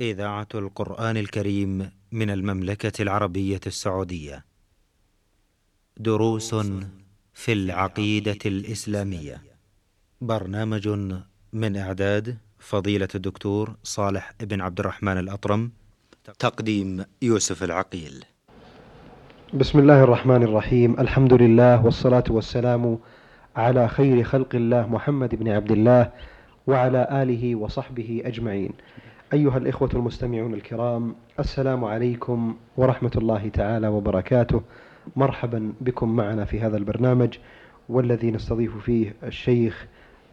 إذاعة القرآن الكريم من المملكة العربية السعودية. دروس في العقيدة الإسلامية. برنامج من إعداد فضيلة الدكتور صالح بن عبد الرحمن الأطرم. تقديم يوسف العقيل. بسم الله الرحمن الرحيم. الحمد لله والصلاة والسلام على خير خلق الله محمد بن عبد الله وعلى آله وصحبه أجمعين. أيها الإخوة المستمعون الكرام، السلام عليكم ورحمة الله تعالى وبركاته. مرحبا بكم معنا في هذا البرنامج، والذي نستضيف فيه الشيخ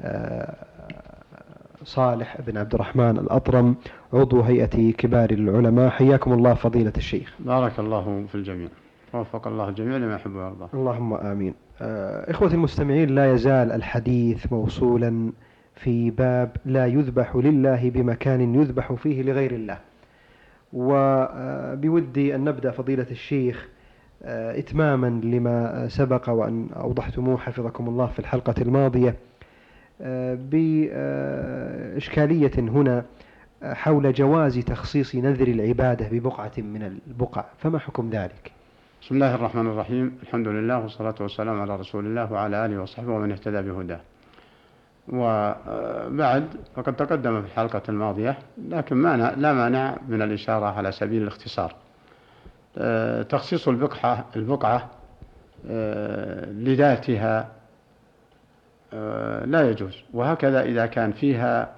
صالح بن عبد الرحمن الأطرم، عضو هيئة كبار العلماء. حياكم الله فضيلة الشيخ. بارك الله في الجميع، وفق الله الجميع لما يحب ويرضى. اللهم آمين. إخوة المستمعين، لا يزال الحديث موصولا في باب لا يذبح لله بمكان يذبح فيه لغير الله، وبودي أن نبدأ فضيلة الشيخ إتماما لما سبق وأن أوضحتموه حفظكم الله في الحلقة الماضية بإشكالية هنا حول جواز تخصيص نذر العبادة ببقعة من البقع، فما حكم ذلك؟ بسم الله الرحمن الرحيم، الحمد لله والصلاة والسلام على رسول الله وعلى آله وصحبه ومن اهتدى بهداه. وبعد فقد تقدم في الحلقة الماضية، لكن لا مانع من الإشارة على سبيل الاختصار. تخصيص البقعة لذاتها لا يجوز، وهكذا إذا كان فيها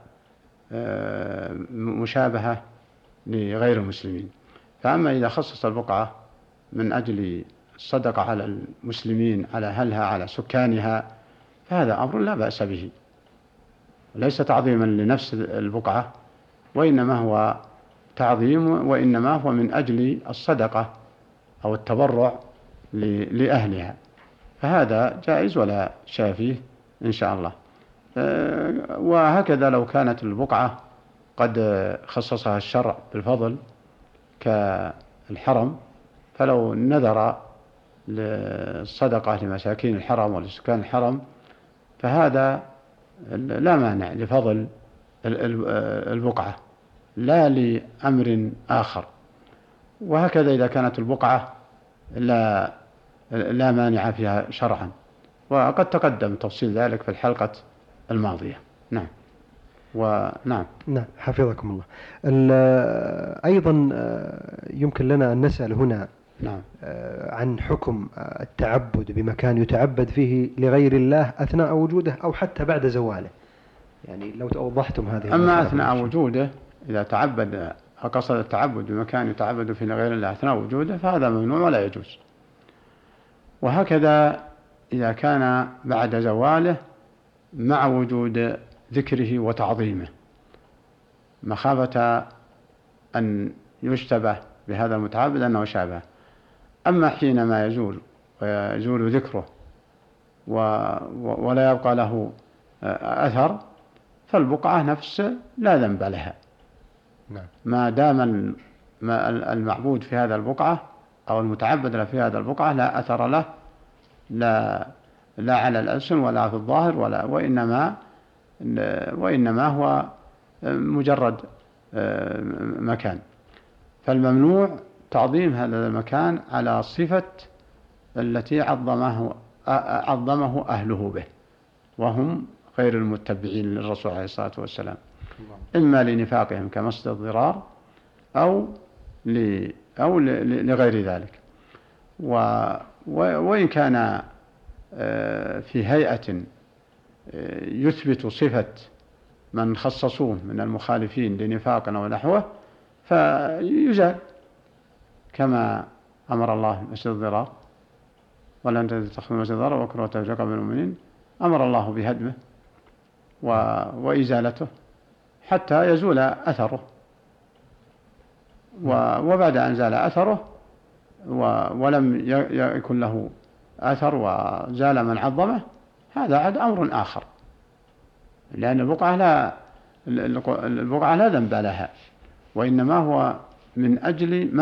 مشابهة لغير المسلمين. فأما إذا خصص البقعة من أجل الصدقة على المسلمين، على أهلها، على سكانها، فهذا أمر لا بأس به، ليس تعظيما لنفس البقعة، وإنما هو تعظيم، وإنما هو من أجل الصدقة أو التبرع لأهلها، فهذا جائز ولا شيء فيه إن شاء الله. وهكذا لو كانت البقعة قد خصصها الشرع بالفضل كالحرم، فلو نذر للصدقة لمساكين الحرم ولسكان الحرم، فهذا لا مانع لفضل البقعة لا لأمر آخر. وهكذا إذا كانت البقعة لا مانع فيها شرعا، وقد تقدم تفصيل ذلك في الحلقة الماضية. نعم. ونعم. نعم، حفظكم الله. أيضا يمكن لنا أن نسأل هنا نعم عن حكم التعبد بمكان يتعبد فيه لغير الله أثناء وجوده أو حتى بعد زواله، يعني لو توضحتم هذه. أما أثناء وجوده، إذا تعبد قصد التعبد بمكان يتعبد فيه لغير الله أثناء وجوده، فهذا ممنوع ولا يجوز. وهكذا إذا كان بعد زواله مع وجود ذكره وتعظيمه، مخافة أن يشتبه بهذا المتعبد أنه شابه. أما حينما يزول ذكره ولا يبقى له أثر، فالبقعة نفس لا ذنب لها. نعم. ما دام المعبود في هذا البقعة أو المتعبد في هذا البقعة لا أثر له، لا على الألسن ولا في الظاهر، وإنما هو مجرد مكان. فالممنوع تعظيم هذا المكان على صفة التي عظمه أهله به، وهم غير المتبعين للرسول عليه الصلاة والسلام، إما لنفاقهم كمصد الضرار أو لغير ذلك. وإن كان في هيئة يثبت صفة من خصصوه من المخالفين لنفاق أو نحوه، فيزال، كما أمر الله مسجد الضرار، ولن تتخذوا مسجد الضرار وكرهوا تفرقة بين المؤمنين، أمر الله بهدمه وإزالته حتى يزول أثره. وبعد أن زال أثره ولم يكن له أثر وزال من عظمه، هذا عاد أمر آخر، لأن البقعة لا ذنب لها، وإنما هو من أجل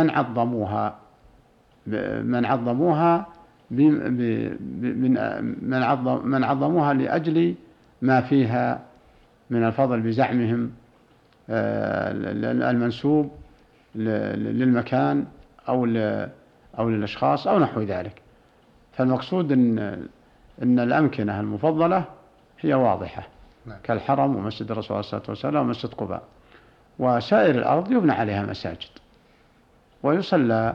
من عظموها لأجل ما فيها من الفضل بزعمهم المنسوب للمكان أو للأشخاص أو نحو ذلك. فالمقصود أن الأمكنة المفضلة هي واضحة كالحرم ومسجد الرسول صلى الله عليه وسلم ومسجد قباء، وسائر الأرض يبنى عليها مساجد ويصلى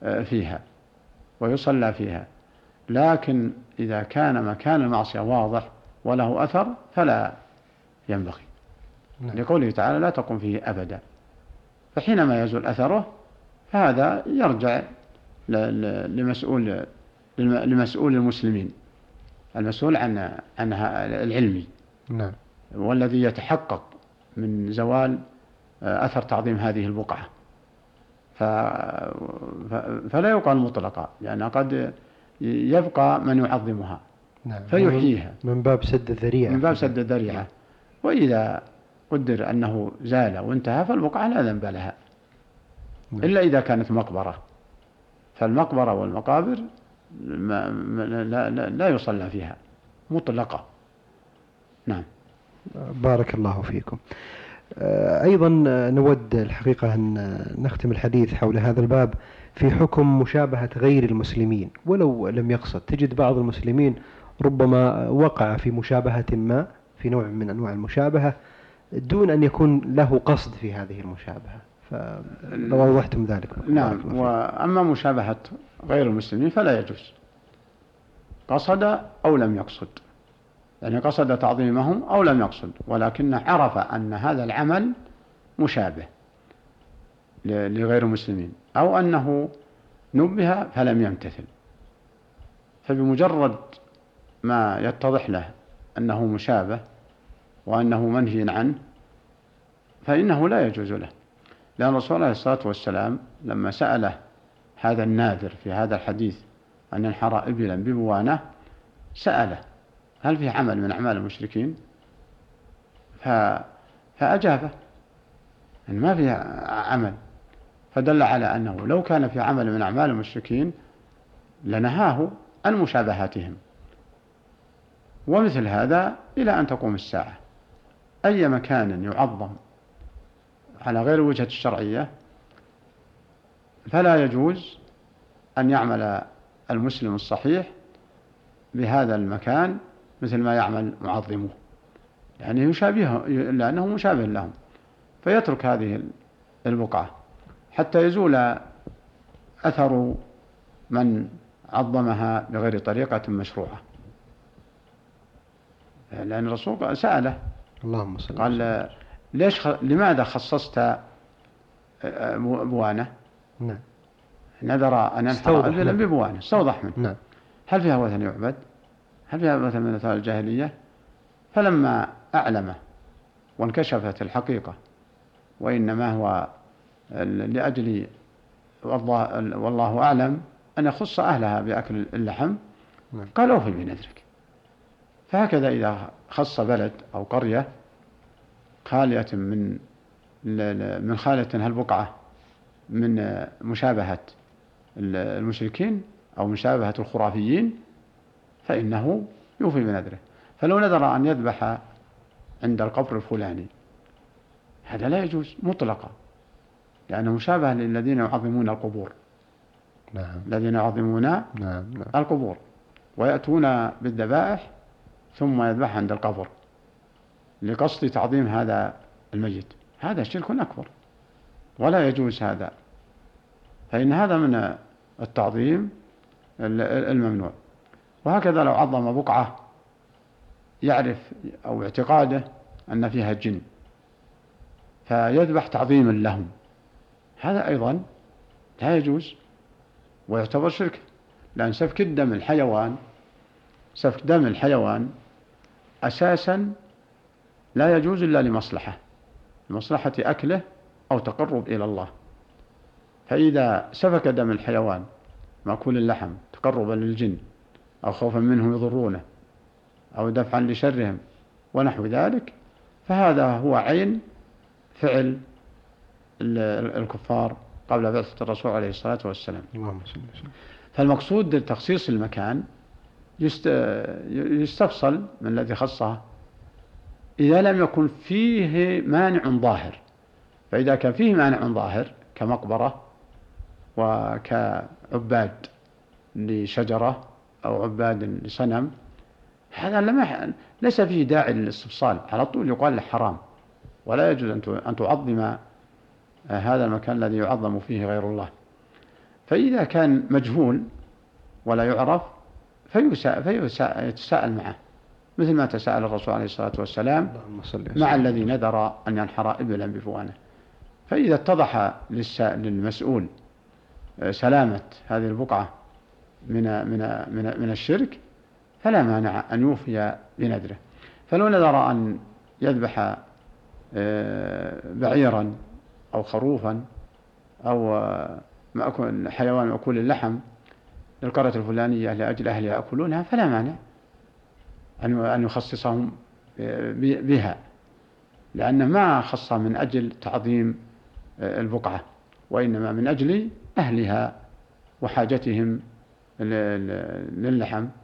فيها. لكن إذا كان مكان المعصية واضح وله أثر فلا ينبغي، لقوله تعالى لا تقم فيه أبدا. فحينما يزول أثره فهذا يرجع لمسؤول المسلمين، المسؤول عن العلمي، والذي يتحقق من زوال أثر تعظيم هذه البقعة. فلا يقال مطلقا، لأن قد يبقى من يعظمها فيحييها من باب سد الذريعة. وإذا قدر أنه زال وانتهى فالبقعة لا ذنب لها، إلا إذا كانت مقبرة، فالمقبرة والمقابر لا يصلى فيها مطلقة. نعم. بارك الله فيكم. أيضا نود الحقيقة أن نختم الحديث حول هذا الباب في حكم مشابهة غير المسلمين ولو لم يقصد. تجد بعض المسلمين ربما وقع في مشابهة ما، في نوع من أنواع المشابهة، دون أن يكون له قصد في هذه المشابهة، فلو وضحتم ذلك. نعم. وأما مشابهة غير المسلمين فلا يجوز، قصد أو لم يقصد، يعني قصد تعظيمهم أو لم يقصد، ولكن عرف أن هذا العمل مشابه لغير المسلمين، أو أنه نبه فلم يمتثل، فبمجرد ما يتضح له أنه مشابه وأنه منهي عنه فإنه لا يجوز له. لأن الرسول عليه الصلاة والسلام لما سأله هذا الناذر في هذا الحديث أن ينحر إبلا ببوانة، سأله هل في عمل من أعمال المشركين؟ فأجابه أن ما في عمل، فدل على أنه لو كان في عمل من أعمال المشركين لنهاه عن مشابهاتهم. ومثل هذا إلى أن تقوم الساعة، أي مكان يعظم على غير الوجهة الشرعية فلا يجوز أن يعمل المسلم الصحيح بهذا المكان مثل ما يعمل معظمه، يعني يشابهه لأنه مشابه لهم، فيترك هذه البقعة حتى يزول أثر من عظمها بغير طريقة مشروعة. لأن الرسول سأله اللهم صل قال لماذا خصصت بوانة؟ نعم. نذر أن ينحر إبلا ببوانة، استوضح منه. نعم. هل فيها وثن يعبد؟ هل فيها وثن من آثار الجاهلية؟ فلما أعلم وانكشفت الحقيقة وإنما هو لأجل والله أعلم أن يخص أهلها بأكل اللحم، قال أوفي بنذرك. فهكذا إذا خص بلد أو قرية خالية من خالية هالبقعة من مشابهة المشركين أو مشابهة الخرافيين فإنه يوفي بنذره. فلو نذر أن يذبح عند القبر الفلاني هذا لا يجوز مطلقا، لأنه مشابه للذين يعظمون القبور. نعم. الذين يعظمون القبور ويأتون بالذبائح ثم يذبح عند القبر لقصد تعظيم هذا الميت، هذا شرك أكبر ولا يجوز هذا، فإن هذا من التعظيم الممنوع. وهكذا لو عظم بقعة يعرف أو اعتقاده أن فيها جن فيذبح تعظيما لهم، هذا أيضا لا يجوز ويعتبر شرك، لأن سفك دم الحيوان أساسا لا يجوز إلا لمصلحة أكله أو تقرب إلى الله. فإذا سفك دم الحيوان مأكول اللحم تقربا للجن أو خوفا منهم يضرونه أو دفعا لشرهم ونحو ذلك، فهذا هو عين فعل الكفار قبل بعثة الرسول عليه الصلاة والسلام. فالمقصود تخصيص المكان يستفصل من الذي خصه إذا لم يكن فيه مانع ظاهر، فإذا كان فيه مانع ظاهر كمقبرة وكعباد لشجرة أو عباد لصنم، هذا ليس فيه داعي للاستفصال، على طول يقال له حرام، ولا يجوز أن تعظم هذا المكان الذي يعظم فيه غير الله. فإذا كان مجهول ولا يعرف فيتساءل معه، مثل ما تساءل الرسول عليه الصلاة والسلام مع الذي نذر أن ينحر إبلا بفوانه. فإذا اتضح للمسؤول سلامة هذه البقعة من الشرك فلا مانع أن يوفي بنذره. فلو نذر أن يذبح بعيرا أو خروفا أو حيوان مأكول اللحم للقرية الفلانية لأجل أهلها يأكلونها، فلا مانع أن يخصصهم بها، لأنه ما خص من أجل تعظيم البقعة، وإنما من أجل أهلها وحاجتهم للحم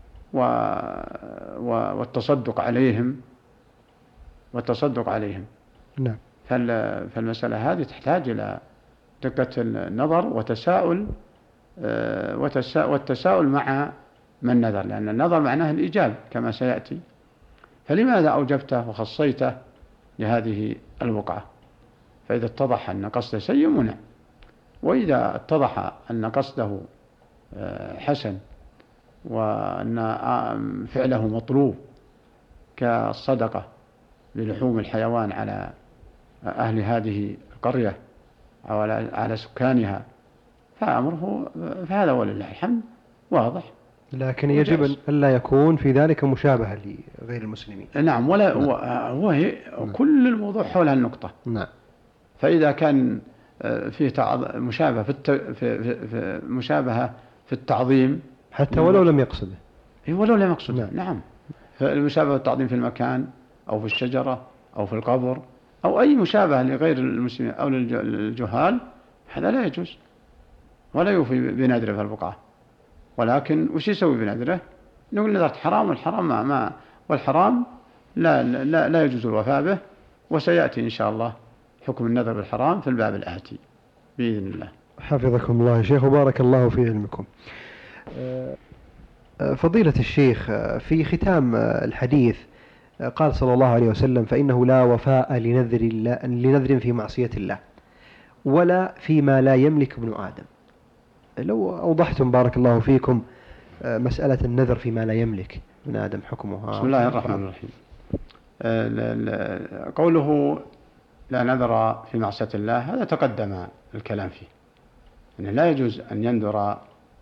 والتصدق عليهم. نعم. فالمسألة هذه تحتاج إلى دقة النظر والتساؤل مع من نذر، لأن النظر معناه الإيجاب كما سيأتي. فلماذا أوجبته وخصيته لهذه البقعة؟ فإذا اتضح أن قصده سيء منع، وإذا اتضح أن قصده حسن وأن فعله مطلوب كالصدقة بلحوم الحيوان على أهل هذه القرية أو على سكانها، فهذا ولله الحمد واضح. لكن يجب أن لا يكون في ذلك مشابهة لغير المسلمين. نعم. كل الموضوع حول النقطة. نعم. فإذا كان فيه مشابهة في التعظيم حتى ولو لم يقصده. ولو لم يقصده. نعم. فالمشابهة التعظيم في المكان أو في الشجرة أو في القبر أو أي مشابهة لغير المسلمين أو للجهال، هذا لا يجوز، ولا يوفي بنذره في البقعة. ولكن وش يسوي بنذره؟ نقول نذرت حرام، والحرام لا يجوز الوفاء به، وسيأتي إن شاء الله حكم النذر بالحرام في الباب الآتي بإذن الله. حفظكم الله يا شيخ وبارك الله في علمكم. فضيلة الشيخ، في ختام الحديث قال صلى الله عليه وسلم: فإنه لا وفاء لنذر في معصية الله ولا فيما لا يملك ابن آدم. لو أوضحتم بارك الله فيكم مسألة النذر فيما لا يملك ابن آدم حكمها. بسم الله الرحمن الرحيم. قوله لا نذر في معصية الله هذا تقدم الكلام فيه، أنه لا يجوز أن ينذر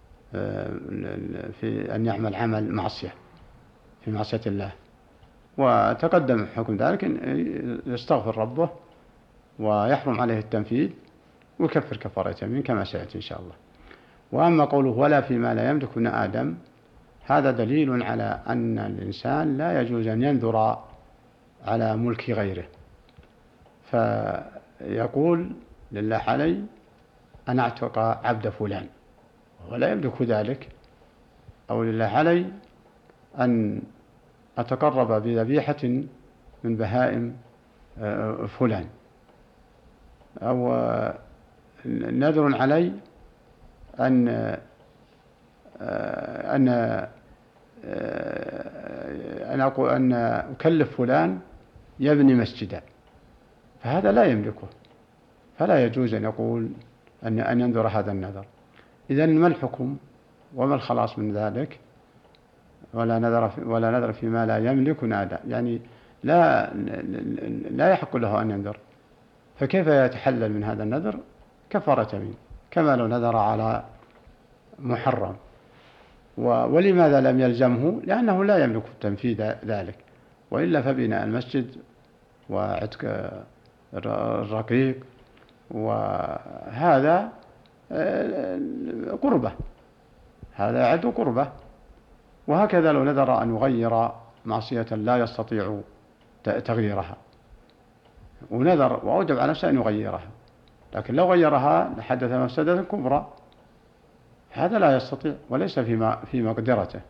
في أن يعمل عمل معصية في معصية الله، وتقدم حكم ذلك أن يستغفر ربه ويحرم عليه التنفيذ ويكفر كفارة يمين كما سيأتي إن شاء الله. وأما قوله ولا فيما لا يملك ابن آدم، هذا دليل على أن الإنسان لا يجوز أن ينذر على ملك غيره، فيقول لله علي أن أعتق عبد فلان ولا يملك ذلك، أو لله علي أن أتقرب بذبيحة من بهائم فلان، أو نذر علي أن أكلف فلان يبني مسجدا، فهذا لا يملكه، فلا يجوز أن يقول أن ينذر هذا النذر. إذن ما الحكم وما الخلاص من ذلك؟ ولا نذر فيما لا يملك نادى، يعني لا يحق له أن ينذر، فكيف يتحلل من هذا النذر؟ كفارة يمين كما لو نذر على محرم. ولماذا لم يلزمه؟ لأنه لا يملك تنفيذ ذلك، وإلا فبناء المسجد وعتق الرقيق وهذا قربة، هذا يعد قربة. وهكذا لو نذر أن يغير معصية لا يستطيع تغييرها، ونذر وأوجب على نفسه أن يغيرها، لكن لو غيرها لحدث مفسدة كبرى، هذا لا يستطيع وليس في مقدرته.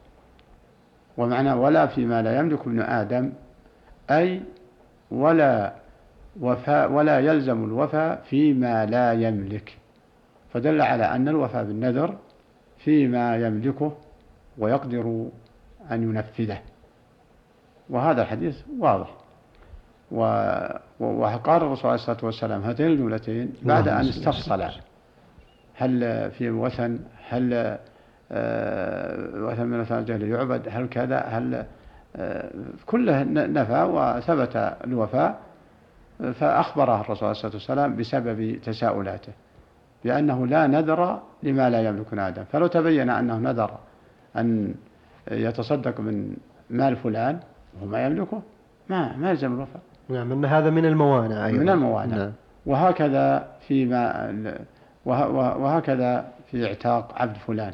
ومعنى ولا فيما لا يملك ابن آدم أي ولا ولا يلزم الوفاء فيما لا يملك، فدل على أن الوفاء بالنذر فيما يملكه ويقدر أن ينفذه، وهذا الحديث واضح. وقال الرسول عليه الصلاة والسلام هاتين الجملتين بعد أن استفصل هل في وثن، هل وثن من وثن الجاهل يعبد، هل كذا، هل كله نفى وثبت الوفاء. فأخبره الرسول عليه الصلاة والسلام بسبب تساؤلاته بأنه لا نذر لما لا يملك آدم، فلو تبين أنه نذر أن يتصدق من مال فلان وهو ما يملكه ما يلزم الوفاء. نعم، أن هذا من الموانع أيضا. من الموانع. نعم. وهكذا في اعتاق عبد فلان.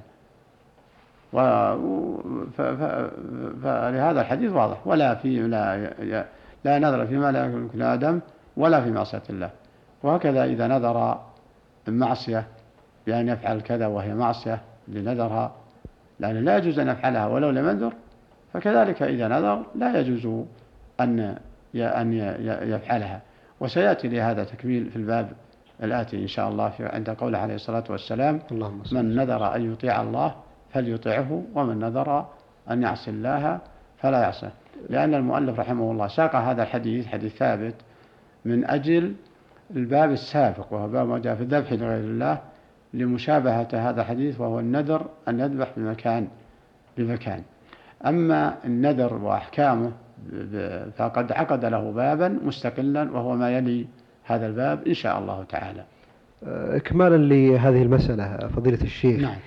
فلهذا الحديث واضح، لا نذر فيما لا يملك آدم ولا في معصية الله. وهكذا إذا نذر المعصية بأن يفعل كذا وهي معصية لنذرها، لأن لا يجوز أن يفعلها ولو لم ينذر، فكذلك إذا نذر لا يجوز أن يفعلها. وسيأتي لهذا تكميل في الباب الآتي إن شاء الله عند قوله عليه الصلاة والسلام: من نذر أن يطيع الله فليطيعه، ومن نذر أن يعصي الله فلا يعصيه. لأن المؤلف رحمه الله ساق هذا الحديث، حديث ثابت، من أجل الباب السابق وهو باب ما جاء في الذبح لغير الله، لمشابهة هذا الحديث وهو النذر أن يذبح بمكان. أما النذر وأحكامه فقد عقد له بابا مستقلا وهو ما يلي هذا الباب إن شاء الله تعالى. إكمالا لهذه المسألة فضيلة الشيخ، نعم.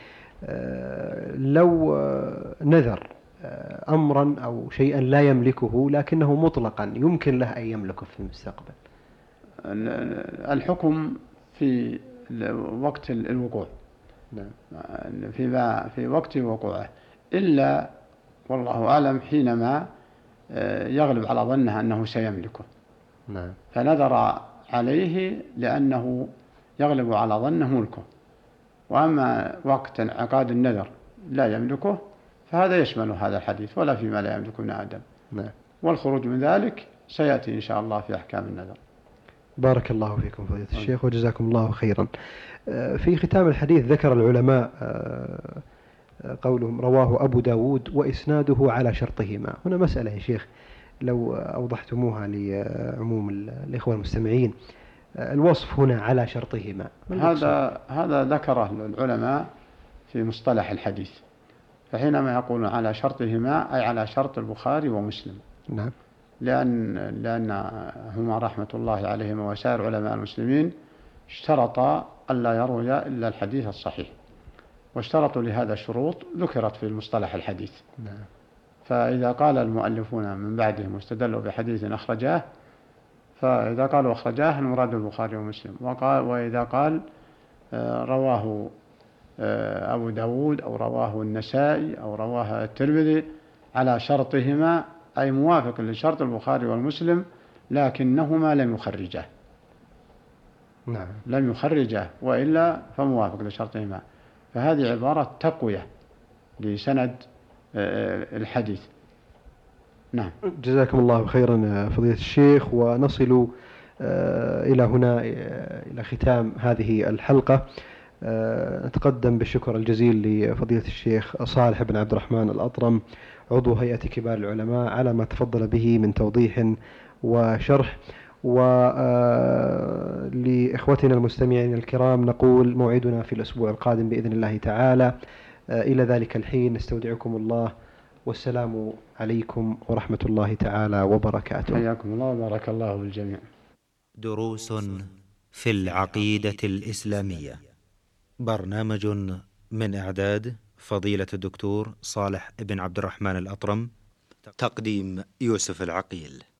لو نذر أمرا أو شيئا لا يملكه لكنه مطلقا يمكن له أن يملكه في المستقبل، الحكم في وقت الوقوع. نعم. في وقت وقوعه، إلا والله أعلم حينما يغلب على ظنه أنه سيملكه. نعم. فنذر عليه لأنه يغلب على ظنه ملكه. وأما وقت انعقاد النذر لا يملكه فهذا يشمل هذا الحديث ولا فيما لا يملك من آدم. نعم. والخروج من ذلك سيأتي إن شاء الله في أحكام النذر. بارك الله فيكم فضيلة الشيخ وجزاكم الله خيرا. في ختام الحديث ذكر العلماء قولهم رواه أبو داود وإسناده على شرطهما. هنا مسألة يا شيخ لو أوضحتموها لعموم الإخوة المستمعين، الوصف هنا على شرطهما هذا ذكره العلماء في مصطلح الحديث، فحينما يقولون على شرطهما أي على شرط البخاري ومسلم. نعم. لأنهما رحمة الله عليهما وسائر علماء المسلمين اشترطا ألا يروي إلا الحديث الصحيح، واشترطوا لهذا شروط ذكرت في المصطلح الحديث. نعم. فإذا قال المؤلفون من بعدهم واستدلوا بحديث أخرجاه، فإذا قالوا أخرجاه المراد البخاري ومسلم، وإذا قال رواه أبو داود أو رواه النسائي أو رواه الترمذي على شرطهما أي موافق لشرط البخاري والمسلم لكنهما لم يخرجاه. نعم. لم يخرجاه وإلا فموافق لشرطهما، فهذه عبارة تقوية لسند الحديث. نعم. جزاكم الله خيرا فضيلة الشيخ، ونصل إلى هنا إلى ختام هذه الحلقة. نتقدم بالشكر الجزيل لفضيلة الشيخ صالح بن عبد الرحمن الأطرم عضو هيئة كبار العلماء على ما تفضل به من توضيح وشرح. ولإخوتنا المستمعين الكرام نقول موعدنا في الأسبوع القادم بإذن الله تعالى. إلى ذلك الحين نستودعكم الله، والسلام عليكم ورحمة الله تعالى وبركاته. حياكم الله وبارك الله بالجميع. دروس في العقيدة الإسلامية، برنامج من إعداد فضيلة الدكتور صالح بن عبد الرحمن الأطرم، تقديم يوسف العقيل.